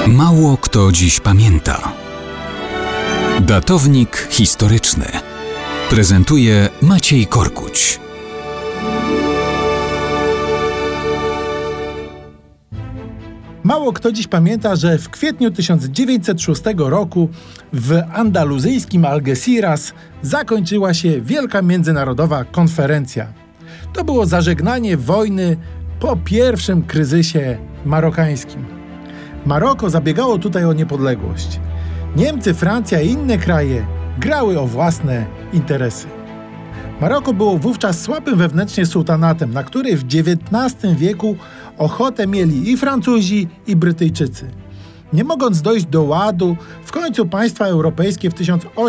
Mało kto dziś pamięta. Datownik historyczny prezentuje Maciej Korkuć. Mało kto dziś pamięta, że w kwietniu 1906 roku w andaluzyjskim Algeciras zakończyła się wielka międzynarodowa konferencja. To było zażegnanie wojny po pierwszym kryzysie marokańskim. Maroko zabiegało tutaj o niepodległość. Niemcy, Francja i inne kraje grały o własne interesy. Maroko było wówczas słabym wewnętrznie sułtanatem, na który w XIX wieku ochotę mieli i Francuzi, i Brytyjczycy. Nie mogąc dojść do ładu, w końcu państwa europejskie w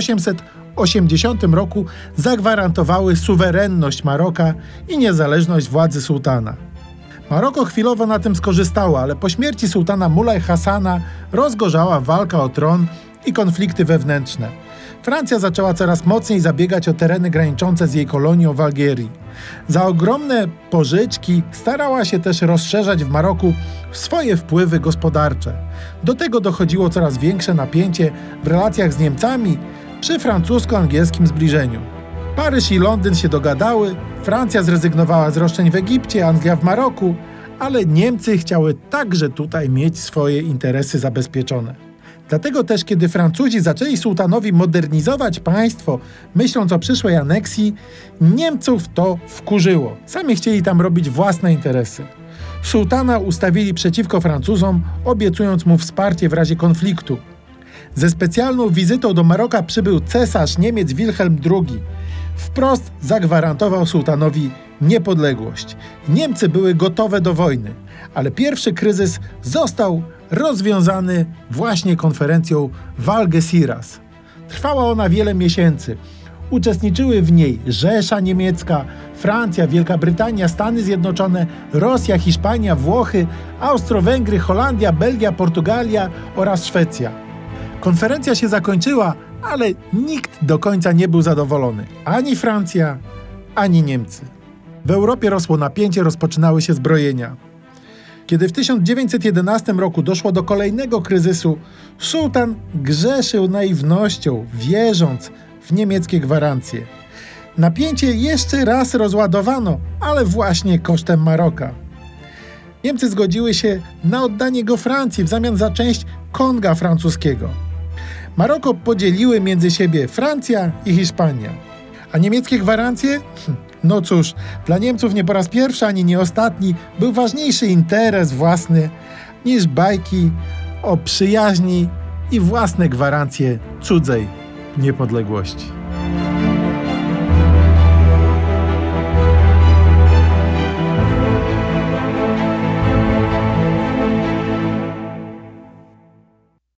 1880 roku zagwarantowały suwerenność Maroka i niezależność władzy sułtana. Maroko chwilowo na tym skorzystało, ale po śmierci sułtana Mulay Hassana rozgorzała walka o tron i konflikty wewnętrzne. Francja zaczęła coraz mocniej zabiegać o tereny graniczące z jej kolonią w Algierii. Za ogromne pożyczki starała się też rozszerzać w Maroku swoje wpływy gospodarcze. Do tego dochodziło coraz większe napięcie w relacjach z Niemcami przy francusko-angielskim zbliżeniu. Paryż i Londyn się dogadały, Francja zrezygnowała z roszczeń w Egipcie, Anglia w Maroku, ale Niemcy chciały także tutaj mieć swoje interesy zabezpieczone. Dlatego też, kiedy Francuzi zaczęli sułtanowi modernizować państwo, myśląc o przyszłej aneksji, Niemców to wkurzyło. Sami chcieli tam robić własne interesy. Sułtana ustawili przeciwko Francuzom, obiecując mu wsparcie w razie konfliktu. Ze specjalną wizytą do Maroka przybył cesarz Niemiec Wilhelm II. Wprost zagwarantował sułtanowi niepodległość. Niemcy były gotowe do wojny, ale pierwszy kryzys został rozwiązany właśnie konferencją w Algeciras. Trwała ona wiele miesięcy. Uczestniczyły w niej Rzesza Niemiecka, Francja, Wielka Brytania, Stany Zjednoczone, Rosja, Hiszpania, Włochy, Austro-Węgry, Holandia, Belgia, Portugalia oraz Szwecja. Konferencja się zakończyła, ale nikt do końca nie był zadowolony. Ani Francja, ani Niemcy. W Europie rosło napięcie, rozpoczynały się zbrojenia. Kiedy w 1911 roku doszło do kolejnego kryzysu, sułtan grzeszył naiwnością, wierząc w niemieckie gwarancje. Napięcie jeszcze raz rozładowano, ale właśnie kosztem Maroka. Niemcy zgodziły się na oddanie go Francji w zamian za część Konga francuskiego. Maroko podzieliły między siebie Francja i Hiszpania. A niemieckie gwarancje? No cóż, dla Niemców nie po raz pierwszy ani nie ostatni był ważniejszy interes własny niż bajki o przyjaźni i własne gwarancje cudzej niepodległości.